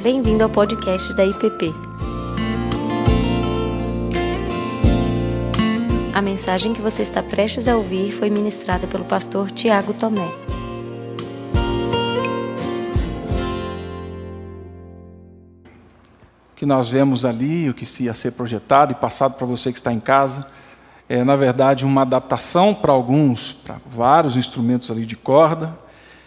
Bem-vindo ao podcast da IPP. A mensagem que você está prestes a ouvir foi ministrada pelo pastor Tiago Tomé. O que nós vemos ali, o que ia ser projetado e passado para você que está em casa, é, na verdade, uma adaptação para vários instrumentos ali de corda,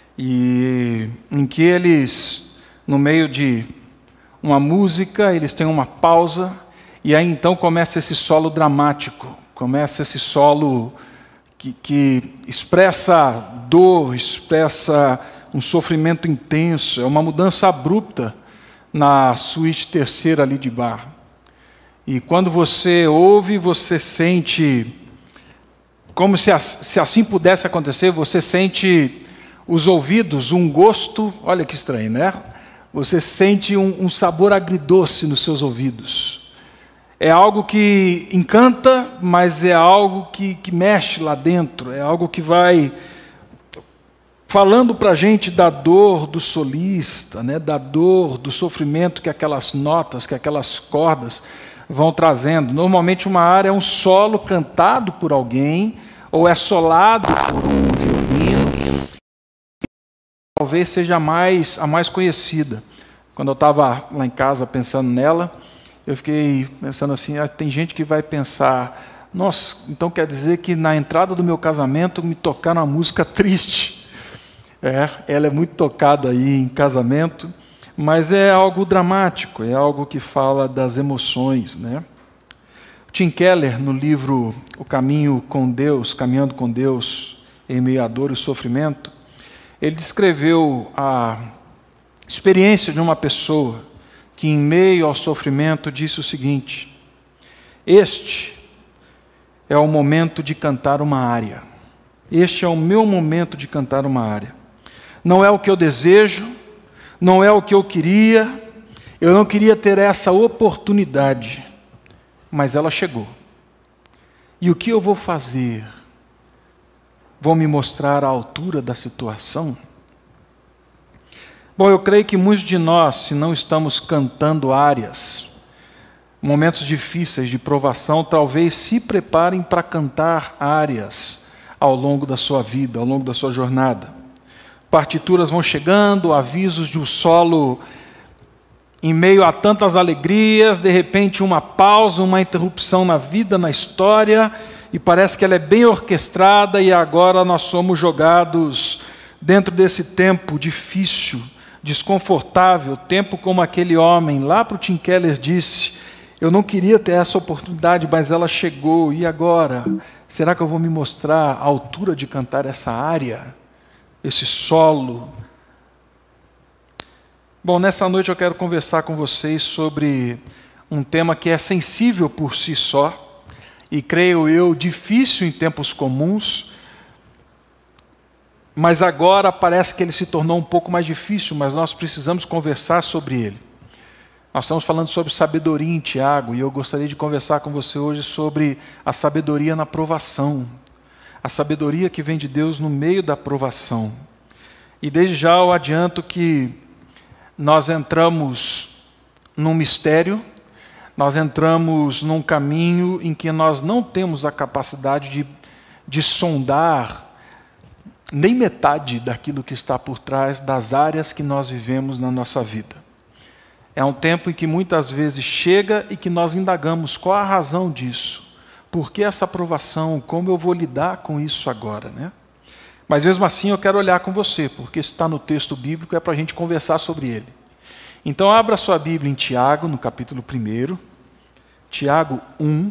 e em que eles, no meio de uma música, eles têm uma pausa, e aí então começa esse solo dramático, começa esse solo que expressa dor, expressa um sofrimento intenso, é uma mudança abrupta na suíte terceira ali de Bach. E quando você ouve, você sente, como se assim pudesse acontecer, você sente os ouvidos, um gosto, olha que estranho, né? Você sente um sabor agridoce nos seus ouvidos. É algo que encanta, mas é algo que mexe lá dentro, é algo que vai falando para a gente da dor do solista, né? Da dor, do sofrimento que aquelas notas, que aquelas cordas vão trazendo. Normalmente uma área é um solo cantado por alguém, ou é solado por um violino. Talvez seja a mais conhecida. Quando eu estava lá em casa pensando nela, eu fiquei pensando assim, tem gente que vai pensar, nossa, então quer dizer que na entrada do meu casamento me tocaram uma música triste. Ela é muito tocada aí em casamento, mas é algo dramático, é algo que fala das emoções, né? Tim Keller, no livro O Caminho com Deus, Caminhando com Deus em meio à dor e sofrimento, ele descreveu a experiência de uma pessoa que, em meio ao sofrimento, disse o seguinte: este é o momento de cantar uma área. Este é o meu momento de cantar uma área. Não é o que eu desejo, não é o que eu queria, eu não queria ter essa oportunidade, mas ela chegou. E o que eu vou fazer? Vou me mostrar à altura da situação? Bom, eu creio que muitos de nós, se não estamos cantando áreas, momentos difíceis de provação, talvez se preparem para cantar áreas ao longo da sua vida, ao longo da sua jornada. Partituras vão chegando, avisos de um solo em meio a tantas alegrias, de repente uma pausa, uma interrupção na vida, na história, e parece que ela é bem orquestrada e agora nós somos jogados dentro desse tempo difícil, desconfortável, tempo como aquele homem, lá para o Tim Keller disse, eu não queria ter essa oportunidade, mas ela chegou, e agora? Será que eu vou me mostrar à altura de cantar essa área, esse solo? Bom, nessa noite eu quero conversar com vocês sobre um tema que é sensível por si só, e creio eu, difícil em tempos comuns, mas agora parece que ele se tornou um pouco mais difícil, mas nós precisamos conversar sobre ele. Nós estamos falando sobre sabedoria em Tiago, e eu gostaria de conversar com você hoje sobre a sabedoria na provação, a sabedoria que vem de Deus no meio da provação. E desde já eu adianto que nós entramos num mistério, nós entramos num caminho em que nós não temos a capacidade de sondar nem metade daquilo que está por trás das áreas que nós vivemos na nossa vida. É um tempo em que muitas vezes chega e que nós indagamos qual a razão disso. Por que essa provação? Como eu vou lidar com isso agora, né? Mas mesmo assim eu quero olhar com você, porque se está no texto bíblico é para a gente conversar sobre ele. Então abra sua Bíblia em Tiago, no capítulo 1, Tiago 1,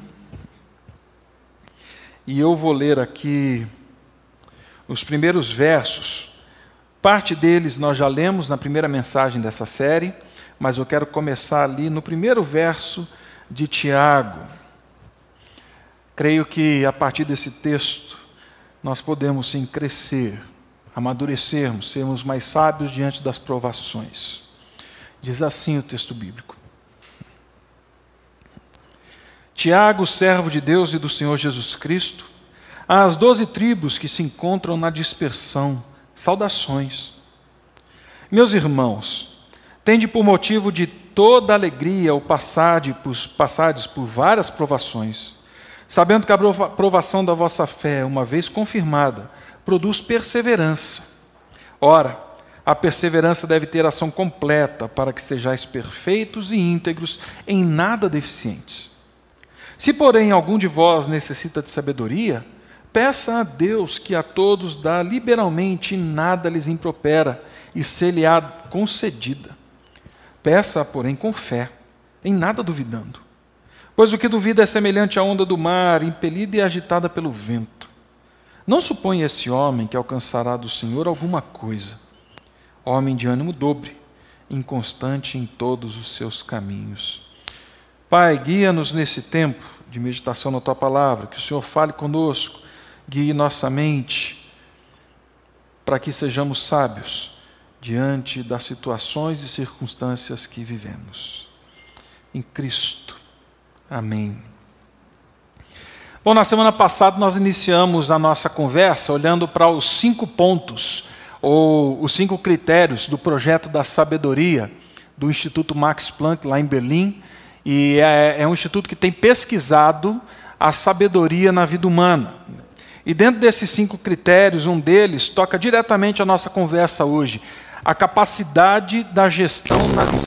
e eu vou ler aqui os primeiros versos. Parte deles nós já lemos na primeira mensagem dessa série, mas eu quero começar ali no primeiro verso de Tiago. Creio que a partir desse texto nós podemos sim crescer, amadurecermos, sermos mais sábios diante das provações. Diz assim o texto bíblico: Tiago, servo de Deus e do Senhor Jesus Cristo, às 12 tribos que se encontram na dispersão, saudações. Meus irmãos, Tende por motivo de toda alegria o passardes por várias provações, sabendo que a provação da vossa fé, uma vez confirmada, produz perseverança. Ora, a perseverança deve ter ação completa, para que sejais perfeitos e íntegros, em nada deficientes. Se, porém, algum de vós necessita de sabedoria, peça a Deus, que a todos dá liberalmente e nada lhes impropera, e ser-lhe-á concedida. Peça, porém, com fé, em nada duvidando. Pois o que duvida é semelhante à onda do mar, impelida e agitada pelo vento. Não suponha esse homem que alcançará do Senhor alguma coisa. Homem de ânimo dobre, inconstante em todos os seus caminhos. Pai, guia-nos nesse tempo de meditação na Tua Palavra, que o Senhor fale conosco, guie nossa mente, para que sejamos sábios diante das situações e circunstâncias que vivemos. Em Cristo. Amém. Bom, na semana passada nós iniciamos a nossa conversa olhando para os 5 pontos, ou os 5 critérios do projeto da sabedoria do Instituto Max Planck, lá em Berlim. E é um instituto que tem pesquisado a sabedoria na vida humana. E dentro desses 5 critérios, um deles toca diretamente a nossa conversa hoje. A capacidade da gestão nas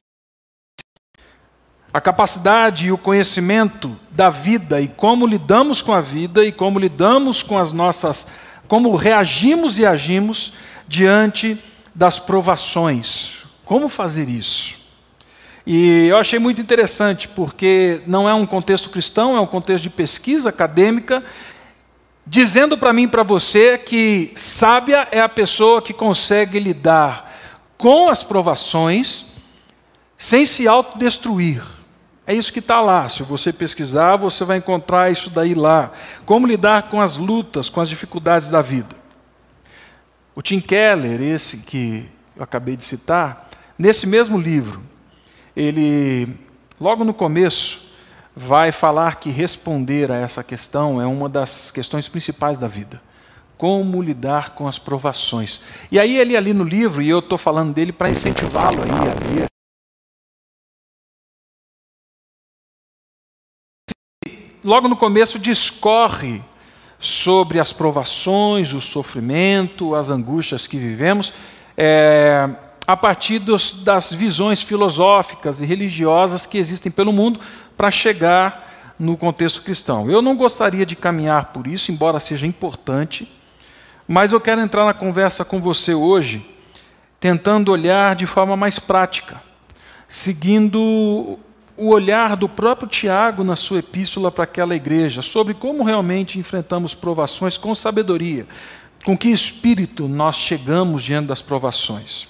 a capacidade e o conhecimento da vida e como lidamos com a vida e como lidamos com as nossas, como reagimos e agimos diante das provações. Como fazer isso? E eu achei muito interessante, porque não é um contexto cristão, é um contexto de pesquisa acadêmica, dizendo para mim e para você que sábia é a pessoa que consegue lidar com as provações sem se autodestruir. É isso que está lá. Se você pesquisar, você vai encontrar isso daí lá. Como lidar com as lutas, com as dificuldades da vida. O Tim Keller, esse que eu acabei de citar, nesse mesmo livro, ele, logo no começo, vai falar que responder a essa questão é uma das questões principais da vida. Como lidar com as provações. E aí ele ali no livro, e eu estou falando dele para incentivá-lo aí a ler. Logo no começo discorre sobre as provações, o sofrimento, as angústias que vivemos, a partir das visões filosóficas e religiosas que existem pelo mundo para chegar no contexto cristão. Eu não gostaria de caminhar por isso, embora seja importante, mas eu quero entrar na conversa com você hoje, tentando olhar de forma mais prática, seguindo o olhar do próprio Tiago na sua epístola para aquela igreja, sobre como realmente enfrentamos provações com sabedoria, com que espírito nós chegamos diante das provações.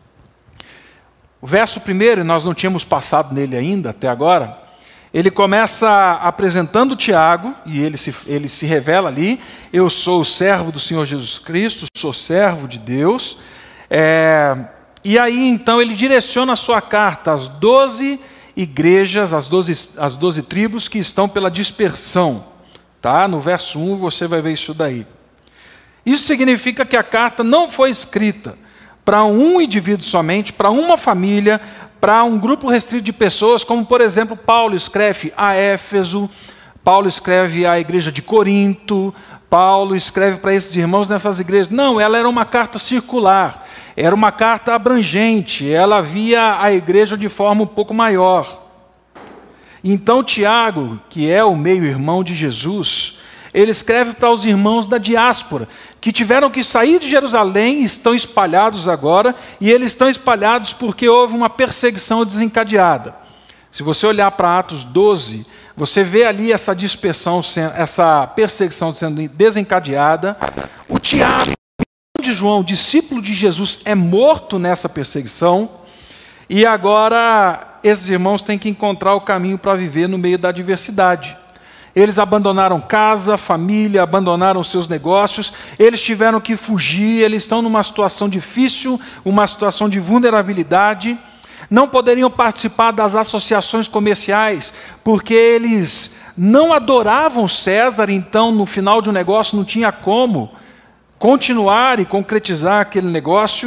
O verso 1, nós não tínhamos passado nele ainda até agora, ele começa apresentando Tiago, e ele se revela ali: eu sou o servo do Senhor Jesus Cristo, sou servo de Deus. E aí então ele direciona a sua carta às 12 igrejas, às 12 tribos que estão pela dispersão. Tá? No verso 1 você vai ver isso daí. Isso significa que a carta não foi escrita para um indivíduo somente, para uma família, para um grupo restrito de pessoas, como por exemplo Paulo escreve a Éfeso, Paulo escreve à igreja de Corinto, Paulo escreve para esses irmãos nessas igrejas. Não, ela era uma carta circular, era uma carta abrangente, ela via a igreja de forma um pouco maior. Então Tiago, que é o meio-irmão de Jesus, ele escreve para os irmãos da diáspora, que tiveram que sair de Jerusalém, estão espalhados agora, e eles estão espalhados porque houve uma perseguição desencadeada. Se você olhar para Atos 12, você vê ali essa dispersão, essa perseguição sendo desencadeada. O Tiago de João, discípulo de Jesus, é morto nessa perseguição, e agora esses irmãos têm que encontrar o caminho para viver no meio da adversidade. Eles abandonaram casa, família, abandonaram seus negócios, eles tiveram que fugir, eles estão numa situação difícil, uma situação de vulnerabilidade, não poderiam participar das associações comerciais, porque eles não adoravam César, então no final de um negócio não tinha como continuar e concretizar aquele negócio.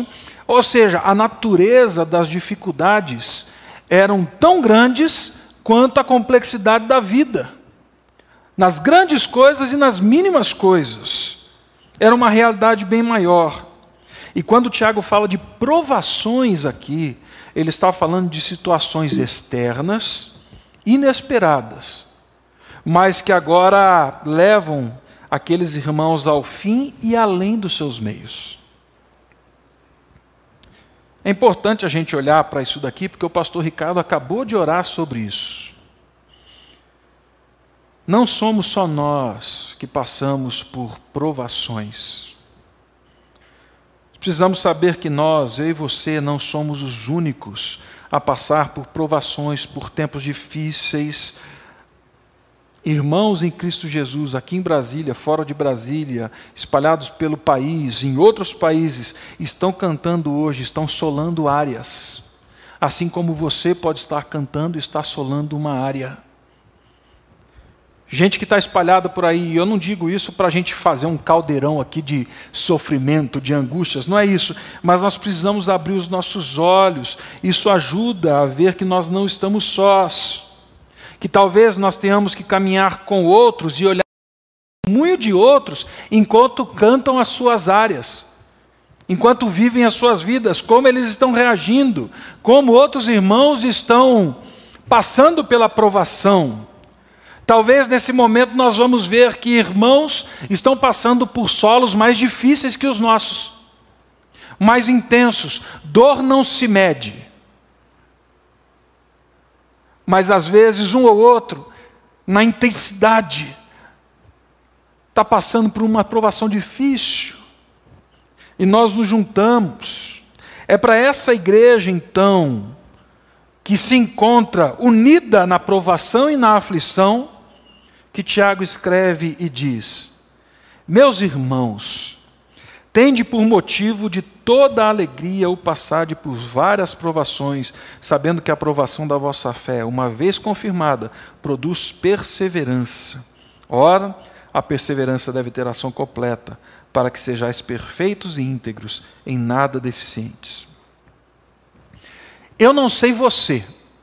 Ou seja, a natureza das dificuldades eram tão grandes quanto a complexidade da vida. Nas grandes coisas e nas mínimas coisas. Era uma realidade bem maior. E quando o Tiago fala de provações aqui, ele está falando de situações externas, inesperadas, mas que agora levam aqueles irmãos ao fim e além dos seus meios. É importante a gente olhar para isso daqui, porque o pastor Ricardo acabou de orar sobre isso. Não somos só nós que passamos por provações. Precisamos saber que nós, eu e você, não somos os únicos a passar por provações, por tempos difíceis. Irmãos em Cristo Jesus, aqui em Brasília, fora de Brasília, espalhados pelo país, em outros países, estão cantando hoje, estão solando áreas. Assim como você pode estar cantando e estar solando uma área. Gente que está espalhada por aí, e eu não digo isso para a gente fazer um caldeirão aqui de sofrimento, de angústias, não é isso. Mas nós precisamos abrir os nossos olhos. Isso ajuda a ver que nós não estamos sós. Que talvez nós tenhamos que caminhar com outros e olhar o testemunho de outros enquanto cantam as suas áreas. Enquanto vivem as suas vidas, como eles estão reagindo, como outros irmãos estão passando pela provação. Talvez nesse momento nós vamos ver que irmãos estão passando por solos mais difíceis que os nossos, mais intensos. Dor não se mede. Mas às vezes um ou outro, na intensidade, está passando por uma provação difícil. E nós nos juntamos. É para essa igreja então, que se encontra unida na provação e na aflição, que Tiago escreve e diz: meus irmãos, tende por motivo de toda a alegria o passar por várias provações, sabendo que a provação da vossa fé, uma vez confirmada, produz perseverança. Ora, a perseverança deve ter ação completa, para que sejais perfeitos e íntegros, em nada deficientes. Eu não sei você,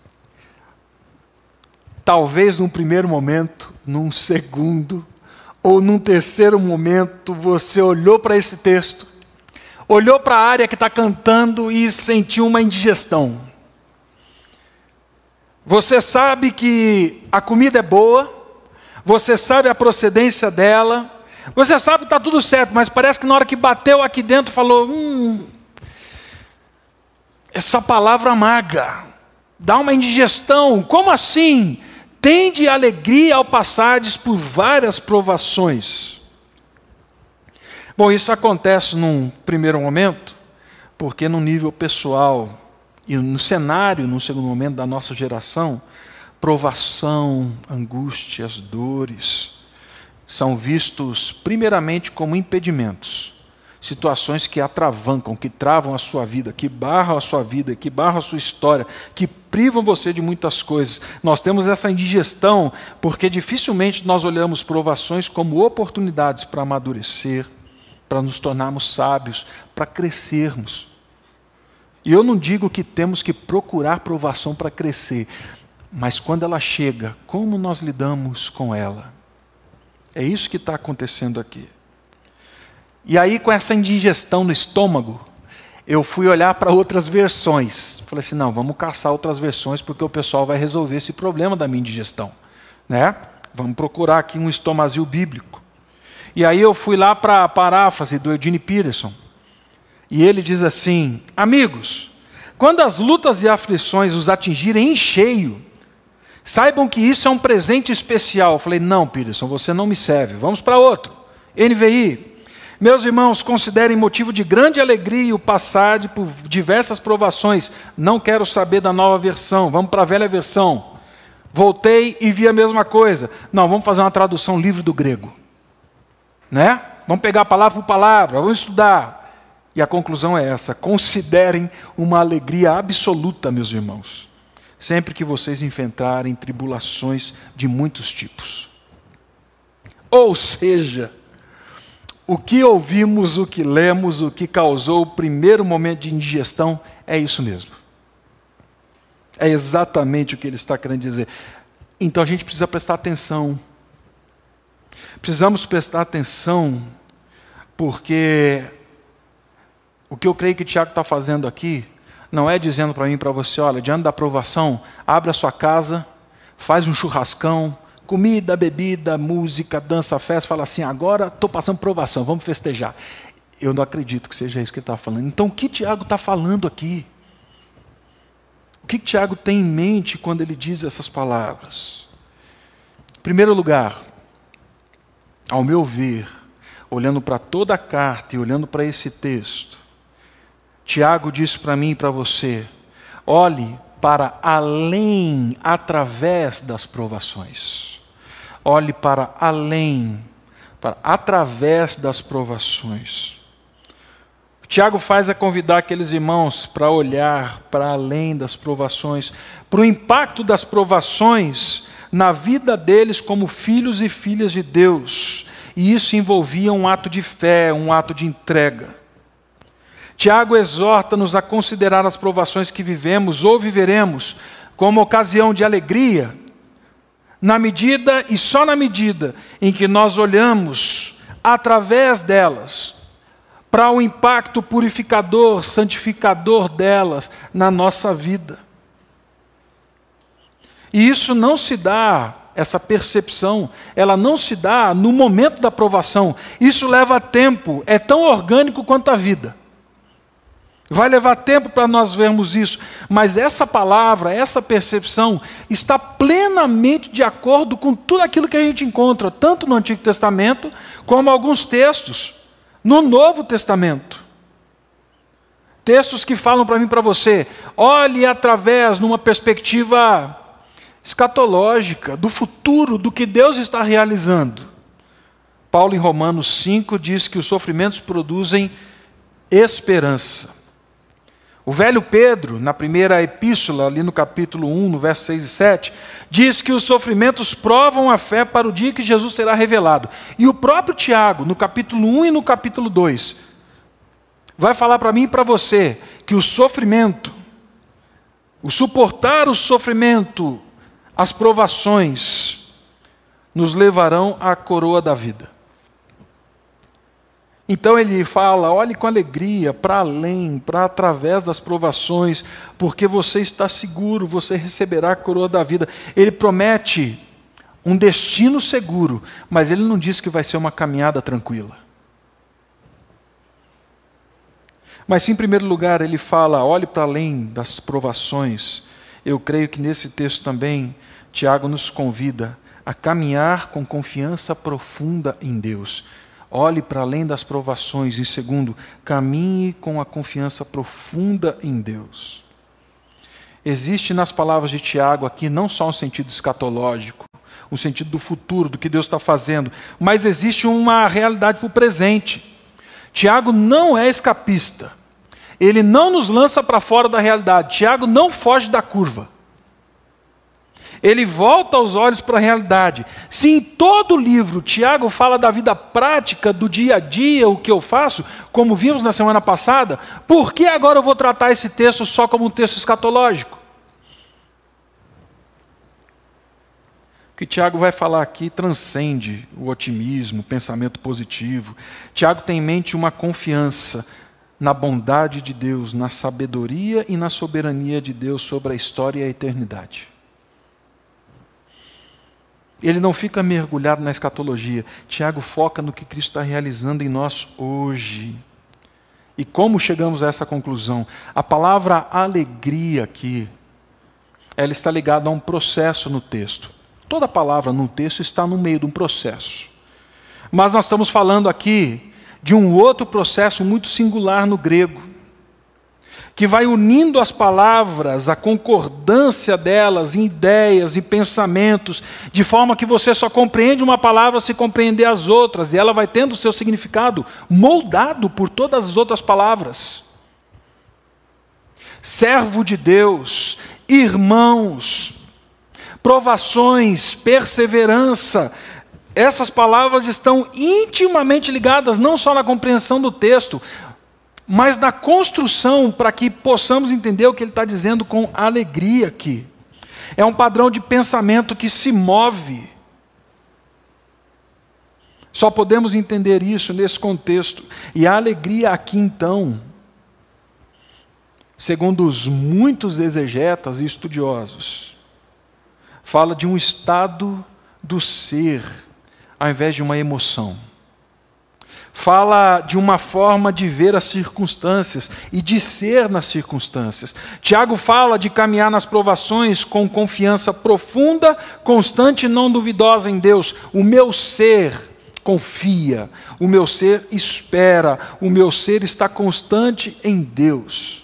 talvez num primeiro momento, num segundo, ou num terceiro momento, você olhou para esse texto, olhou para a área que está cantando e sentiu uma indigestão. Você sabe que a comida é boa, você sabe a procedência dela, você sabe que está tudo certo, mas parece que na hora que bateu aqui dentro, falou, essa palavra amarga, dá uma indigestão, como assim? Tende alegria ao passardes por várias provações. Bom, isso acontece num primeiro momento, porque no nível pessoal e no cenário, num segundo momento da nossa geração, provação, angústias, dores, são vistos primeiramente como impedimentos. Situações que atravancam, que travam a sua vida, que barram a sua vida, que barram a sua história, que privam você de muitas coisas. Nós temos essa indigestão porque dificilmente nós olhamos provações como oportunidades para amadurecer, para nos tornarmos sábios, para crescermos. E eu não digo que temos que procurar provação para crescer, mas quando ela chega, como nós lidamos com ela? É isso que está acontecendo aqui. E aí, com essa indigestão no estômago, eu fui olhar para outras versões. Falei assim, não, vamos caçar outras versões, porque o pessoal vai resolver esse problema da minha indigestão. Né? Vamos procurar aqui um estomazil bíblico. E aí eu fui lá para a paráfrase do Eugene Peterson. E ele diz assim, amigos, quando as lutas e aflições os atingirem em cheio, saibam que isso é um presente especial. Eu falei, não, Peterson, você não me serve. Vamos para outro. NVI. Meus irmãos, considerem motivo de grande alegria o passar por diversas provações. Não quero saber da nova versão, vamos para a velha versão. Voltei e vi a mesma coisa. Não, vamos fazer uma tradução livre do grego. Né? Vamos pegar palavra por palavra, vamos estudar. E a conclusão é essa, considerem uma alegria absoluta, meus irmãos, sempre que vocês enfrentarem tribulações de muitos tipos. Ou seja, o que ouvimos, o que lemos, o que causou o primeiro momento de indigestão, é isso mesmo. É exatamente o que ele está querendo dizer. Então a gente precisa prestar atenção. Precisamos prestar atenção, porque o que eu creio que o Tiago está fazendo aqui, não é dizendo para mim e para você, olha, diante da provação, abre a sua casa, faz um churrascão, comida, bebida, música, dança, festa, fala assim, agora estou passando provação, vamos festejar. Eu não acredito que seja isso que ele está falando. Então o que Tiago está falando aqui? O que Tiago tem em mente quando ele diz essas palavras? Em primeiro lugar, ao meu ver, olhando para toda a carta e olhando para esse texto, Tiago diz para mim e para você, olhe para além, através das provações. Olhe para além, através das provações. O que Tiago faz é convidar aqueles irmãos para olhar para além das provações, para o impacto das provações na vida deles como filhos e filhas de Deus. E isso envolvia um ato de fé, um ato de entrega. Tiago exorta-nos a considerar as provações que vivemos ou viveremos como ocasião de alegria, na medida e só na medida em que nós olhamos através delas para o impacto purificador, santificador delas na nossa vida. E isso não se dá, essa percepção, ela não se dá no momento da provação. Isso leva tempo, é tão orgânico quanto a vida. Vai levar tempo para nós vermos isso, mas essa palavra, essa percepção, está plenamente de acordo com tudo aquilo que a gente encontra, tanto no Antigo Testamento, como alguns textos no Novo Testamento. Textos que falam para mim e para você, olhe através, numa perspectiva escatológica, do futuro, do que Deus está realizando. Paulo, em Romanos 5, diz que os sofrimentos produzem esperança. O velho Pedro, na primeira epístola, ali no capítulo 1, no verso 6 e 7, diz que os sofrimentos provam a fé para o dia que Jesus será revelado. E o próprio Tiago, no capítulo 1 e no capítulo 2, vai falar para mim e para você que o sofrimento, o suportar o sofrimento, as provações, nos levarão à coroa da vida. Então ele fala, olhe com alegria para além, para através das provações, porque você está seguro, você receberá a coroa da vida. Ele promete um destino seguro, mas ele não diz que vai ser uma caminhada tranquila. Mas sim, em primeiro lugar, ele fala, olhe para além das provações. Eu creio que nesse texto também, Tiago nos convida a caminhar com confiança profunda em Deus. Olhe para além das provações. E segundo, caminhe com a confiança profunda em Deus. Existe nas palavras de Tiago aqui não só um sentido escatológico, um sentido do futuro, do que Deus está fazendo, mas existe uma realidade para o presente. Tiago não é escapista. Ele não nos lança para fora da realidade. Tiago não foge da curva. Ele volta os olhos para a realidade. Se em todo o livro Tiago fala da vida prática, do dia a dia, o que eu faço, como vimos na semana passada, por que agora eu vou tratar esse texto só como um texto escatológico? O que Tiago vai falar aqui transcende o otimismo, o pensamento positivo. Tiago tem em mente uma confiança na bondade de Deus, na sabedoria e na soberania de Deus sobre a história e a eternidade. Ele não fica mergulhado na escatologia. Tiago foca no que Cristo está realizando em nós hoje. E como chegamos a essa conclusão? A palavra alegria aqui, ela está ligada a um processo no texto. Toda palavra no texto está no meio de um processo. Mas nós estamos falando aqui de um outro processo muito singular no grego, que vai unindo as palavras, a concordância delas em ideias e pensamentos, de forma que você só compreende uma palavra se compreender as outras, e ela vai tendo o seu significado moldado por todas as outras palavras. Servo de Deus, irmãos, provações, perseverança, Essas palavras estão intimamente ligadas não só na compreensão do texto, mas na construção para que possamos entender o que ele está dizendo com alegria aqui. É um padrão de pensamento que se move. Só podemos entender isso nesse contexto. E a alegria aqui então, segundo os muitos exegetas e estudiosos, fala de um estado do ser, ao invés de uma emoção. Fala de uma forma de ver as circunstâncias e de ser nas circunstâncias. Tiago fala de caminhar nas provações com confiança profunda, constante e não duvidosa em Deus. O meu ser confia, o meu ser espera, o meu ser está constante em Deus.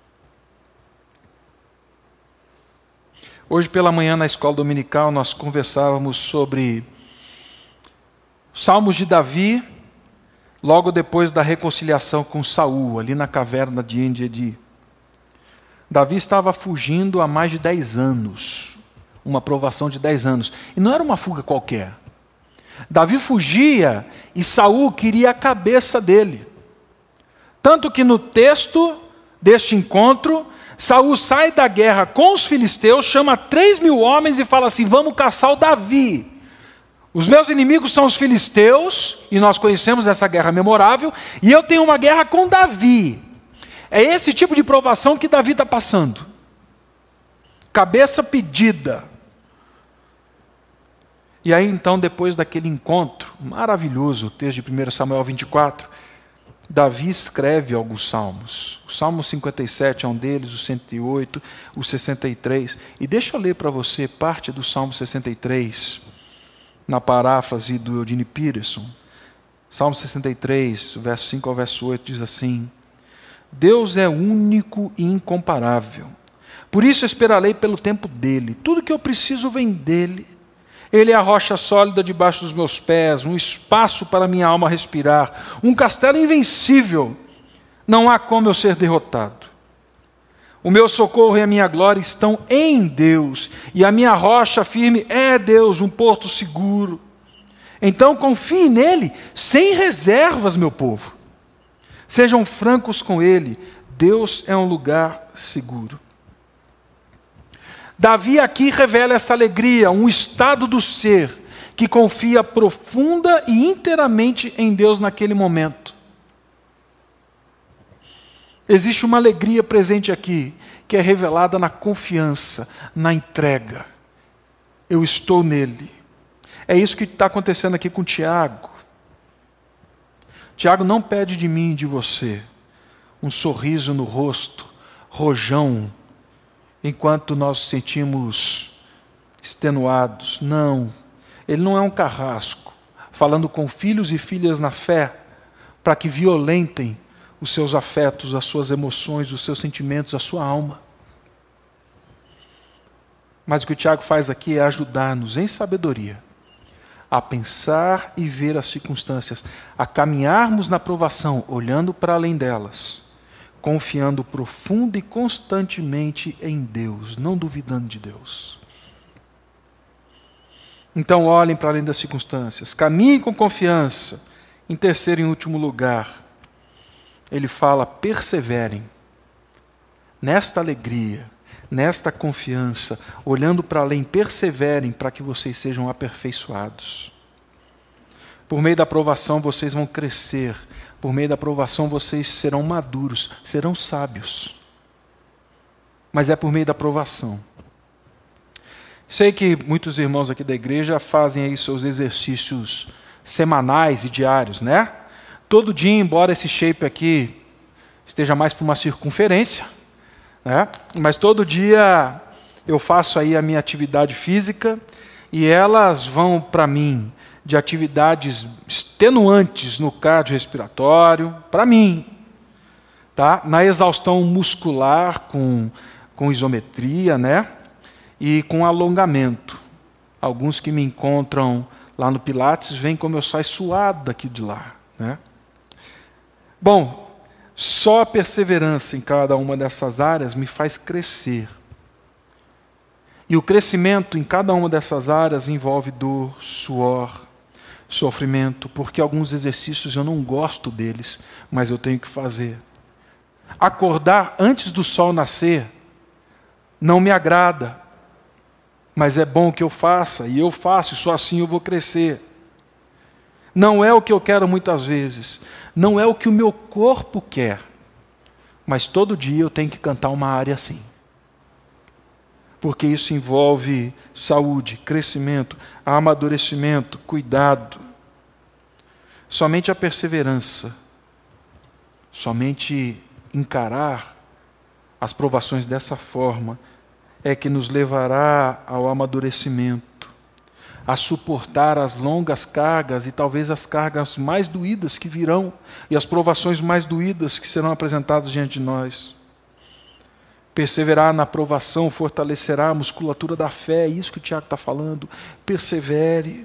Hoje pela manhã na escola dominical nós conversávamos sobre Salmos de Davi, logo depois da reconciliação com Saul, ali na caverna de En-Gedi. Davi estava fugindo há mais de 10 anos, uma provação de 10 anos. E não era uma fuga qualquer. Davi fugia e Saul queria a cabeça dele. Tanto que no texto deste encontro, Saul sai da guerra com os filisteus, chama 3.000 homens e fala assim: vamos caçar o Davi. Os meus inimigos são os filisteus, e nós conhecemos essa guerra memorável, e eu tenho uma guerra com Davi. É esse tipo de provação que Davi está passando. Cabeça pedida. E aí então, depois daquele encontro maravilhoso, o texto de 1 Samuel 24, Davi escreve alguns salmos. O Salmo 57 é um deles, o 108, o 63. E deixa eu ler para você parte do Salmo 63, na paráfrase do Eugene Peterson. Salmo 63, verso 5 ao verso 8, diz assim: Deus é único e incomparável. Por isso esperarei pelo tempo dele. Tudo que eu preciso vem dele. Ele é a rocha sólida debaixo dos meus pés, um espaço para minha alma respirar, um castelo invencível. Não há como eu ser derrotado. O meu socorro e a minha glória estão em Deus, e a minha rocha firme é Deus, um porto seguro. Então confie nele sem reservas, meu povo. Sejam francos com ele, Deus é um lugar seguro. Davi aqui revela essa alegria, um estado do ser, que confia profunda e inteiramente em Deus naquele momento. Existe uma alegria presente aqui, que é revelada na confiança, na entrega. Eu estou nele. É isso que está acontecendo aqui com Tiago. Tiago não pede de mim e de você um sorriso no rosto, rojão, enquanto nós nos sentimos extenuados. Não, ele não é um carrasco, falando com filhos e filhas na fé, para que violentem os seus afetos, as suas emoções, os seus sentimentos, a sua alma. Mas o que o Tiago faz aqui é ajudar-nos em sabedoria a pensar e ver as circunstâncias, a caminharmos na provação, olhando para além delas, confiando profundo e constantemente em Deus, não duvidando de Deus. Então olhem para além das circunstâncias, caminhem com confiança. Em terceiro e último lugar, ele fala: perseverem nesta alegria, nesta confiança, olhando para além, perseverem para que vocês sejam aperfeiçoados. Por meio da provação vocês vão crescer, por meio da provação vocês serão maduros, serão sábios. Mas é por meio da provação. Sei que muitos irmãos aqui da igreja fazem aí seus exercícios semanais e diários, né? Todo dia, embora esse shape aqui esteja mais para uma circunferência, né? Mas todo dia eu faço aí a minha atividade física e elas vão para mim de atividades extenuantes no cardiorrespiratório, para mim, tá? Na exaustão muscular com isometria, né? E com alongamento. Alguns que me encontram lá no Pilates veem como eu saio suado daqui de lá, né? Bom, só a perseverança em cada uma dessas áreas me faz crescer. E o crescimento em cada uma dessas áreas envolve dor, suor, Sofrimento, porque alguns exercícios eu não gosto deles, mas eu tenho que fazer. Acordar antes do sol nascer não me agrada, mas é bom que eu faça, e eu faço, e só assim eu vou crescer. Não é o que eu quero muitas vezes, não é o que o meu corpo quer, mas todo dia eu tenho que cantar uma área assim. Porque isso envolve saúde, crescimento, amadurecimento, cuidado. Somente a perseverança, somente encarar as provações dessa forma é que nos levará ao amadurecimento, a suportar as longas cargas e talvez as cargas mais doídas que virão e as provações mais doídas que serão apresentadas diante de nós. Perseverar na provação fortalecerá a musculatura da fé, é isso que o Tiago está falando. Persevere.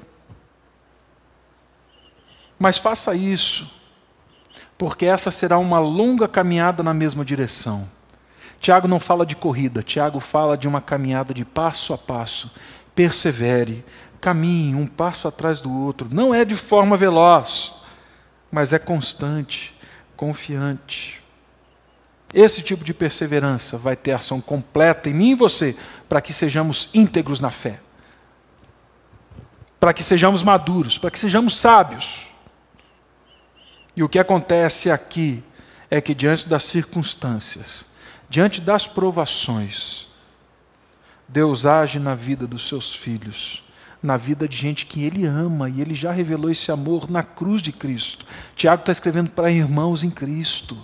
Mas faça isso, porque essa será uma longa caminhada na mesma direção. Tiago não fala de corrida, Tiago fala de uma caminhada de passo a passo. Persevere, caminhe um passo atrás do outro. Não é de forma veloz, mas é constante, confiante. Esse tipo de perseverança vai ter ação completa em mim e você, para que sejamos íntegros na fé, para que sejamos maduros, para que sejamos sábios. E o que acontece aqui é que diante das circunstâncias, diante das provações, Deus age na vida dos seus filhos, na vida de gente que Ele ama, e Ele já revelou esse amor na cruz de Cristo. Tiago está escrevendo para irmãos em Cristo.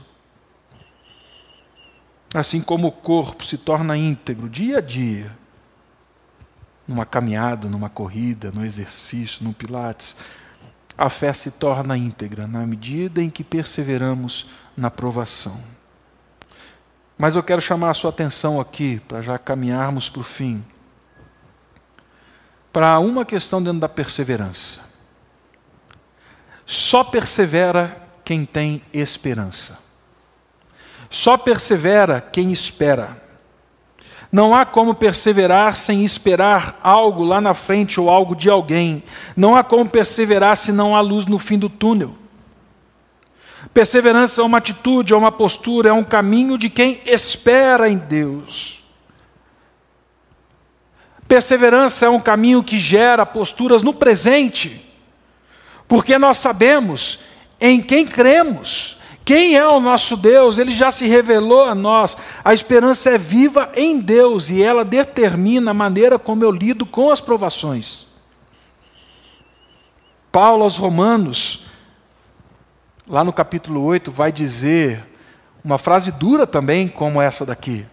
Assim como o corpo se torna íntegro dia a dia, numa caminhada, numa corrida, no exercício, no pilates, a fé se torna íntegra na medida em que perseveramos na provação. Mas eu quero chamar a sua atenção aqui, para já caminharmos para o fim, para uma questão dentro da perseverança. Só persevera quem tem esperança. Só persevera quem espera. Não há como perseverar sem esperar algo lá na frente ou algo de alguém. Não há como perseverar se não há luz no fim do túnel. Perseverança é uma atitude, é uma postura, é um caminho de quem espera em Deus. Perseverança é um caminho que gera posturas no presente, porque nós sabemos em quem cremos. Quem é o nosso Deus? Ele já se revelou a nós. A esperança é viva em Deus e ela determina a maneira como eu lido com as provações. Paulo aos Romanos, lá no capítulo 8, vai dizer uma frase dura também, como essa daqui.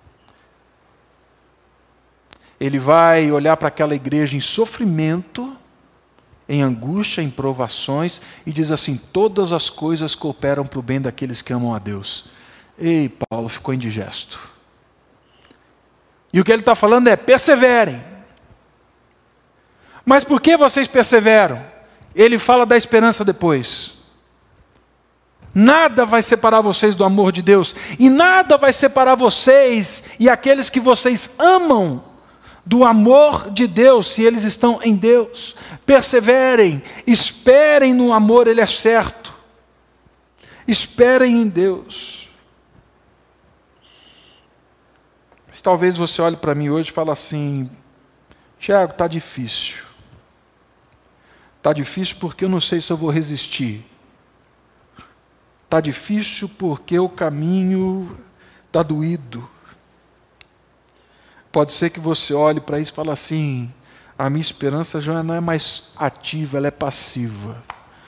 Ele vai olhar para aquela igreja em sofrimento, em angústia, em provações, e diz assim: todas as coisas cooperam para o bem daqueles que amam a Deus. Ei, Paulo, ficou indigesto. E o que ele está falando é: perseverem. Mas por que vocês perseveram? Ele fala da esperança depois. Nada vai separar vocês do amor de Deus, e nada vai separar vocês e aqueles que vocês amam do amor de Deus, se eles estão em Deus. Perseverem, esperem no amor, ele é certo. Esperem em Deus. Mas talvez você olhe para mim hoje e fale assim: Tiago, está difícil. Está difícil porque eu não sei se eu vou resistir. Está difícil porque o caminho está doído. Pode ser que você olhe para isso e fale assim: a minha esperança já não é mais ativa, ela é passiva.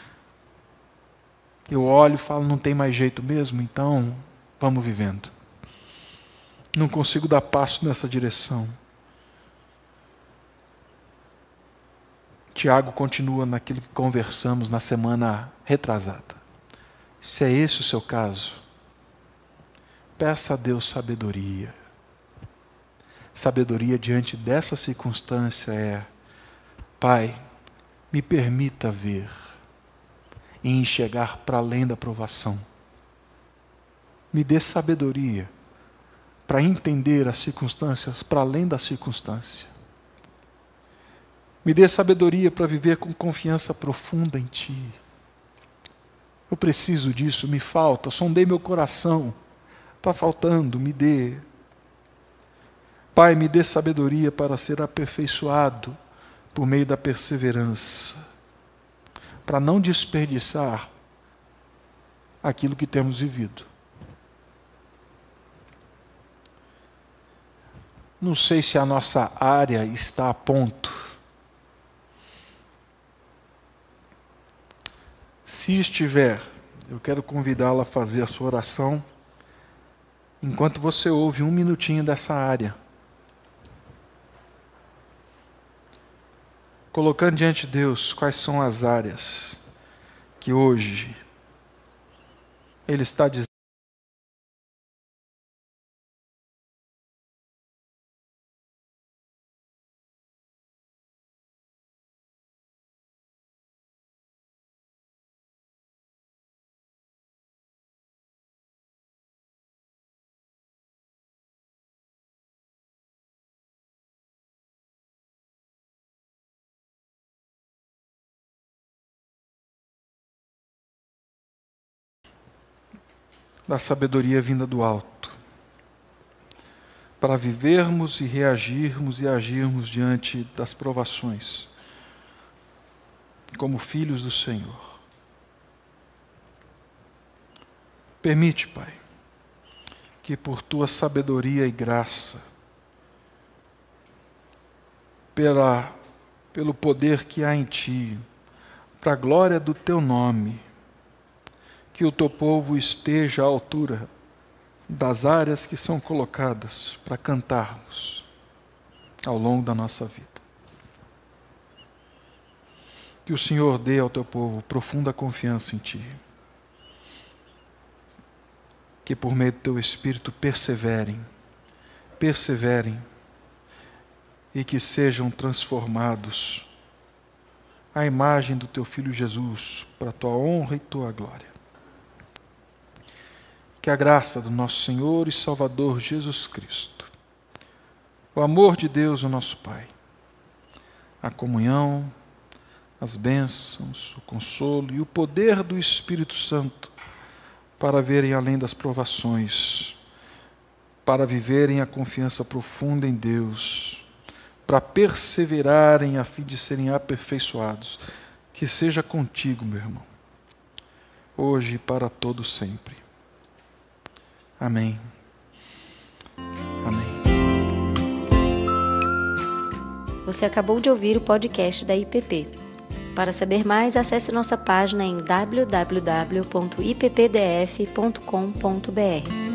Eu olho e falo: não tem mais jeito mesmo, então vamos vivendo. Não consigo dar passo nessa direção. Tiago continua naquilo que conversamos na semana retrasada. Se é esse o seu caso, peça a Deus sabedoria. Sabedoria diante dessa circunstância é: Pai, me permita ver e enxergar para além da provação. Me dê sabedoria para entender as circunstâncias para além da circunstância. Me dê sabedoria para viver com confiança profunda em Ti. Eu preciso disso, me falta, sondei meu coração, está faltando, me dê. Pai, me dê sabedoria para ser aperfeiçoado por meio da perseverança, para não desperdiçar aquilo que temos vivido. Não sei se a nossa área está a ponto. Se estiver, eu quero convidá-la a fazer a sua oração enquanto você ouve 1 minutinho dessa área. Colocando diante de Deus quais são as áreas que hoje Ele está dizendo. Da sabedoria vinda do alto, para vivermos e reagirmos e agirmos diante das provações, como filhos do Senhor. Permite, Pai, que por Tua sabedoria e graça, pelo poder que há em Ti, para a glória do Teu nome, que o Teu povo esteja à altura das áreas que são colocadas para cantarmos ao longo da nossa vida. Que o Senhor dê ao Teu povo profunda confiança em Ti. Que por meio do Teu Espírito perseverem e que sejam transformados à imagem do Teu Filho Jesus, para a Tua honra e Tua glória. Que a graça do nosso Senhor e Salvador Jesus Cristo, o amor de Deus, o nosso Pai, a comunhão, as bênçãos, o consolo e o poder do Espírito Santo para verem além das provações, para viverem a confiança profunda em Deus, para perseverarem a fim de serem aperfeiçoados. Que seja contigo, meu irmão, hoje e para todo sempre. Amém. Amém. Você acabou de ouvir o podcast da IPP. Para saber mais, acesse nossa página em www.ippdf.com.br.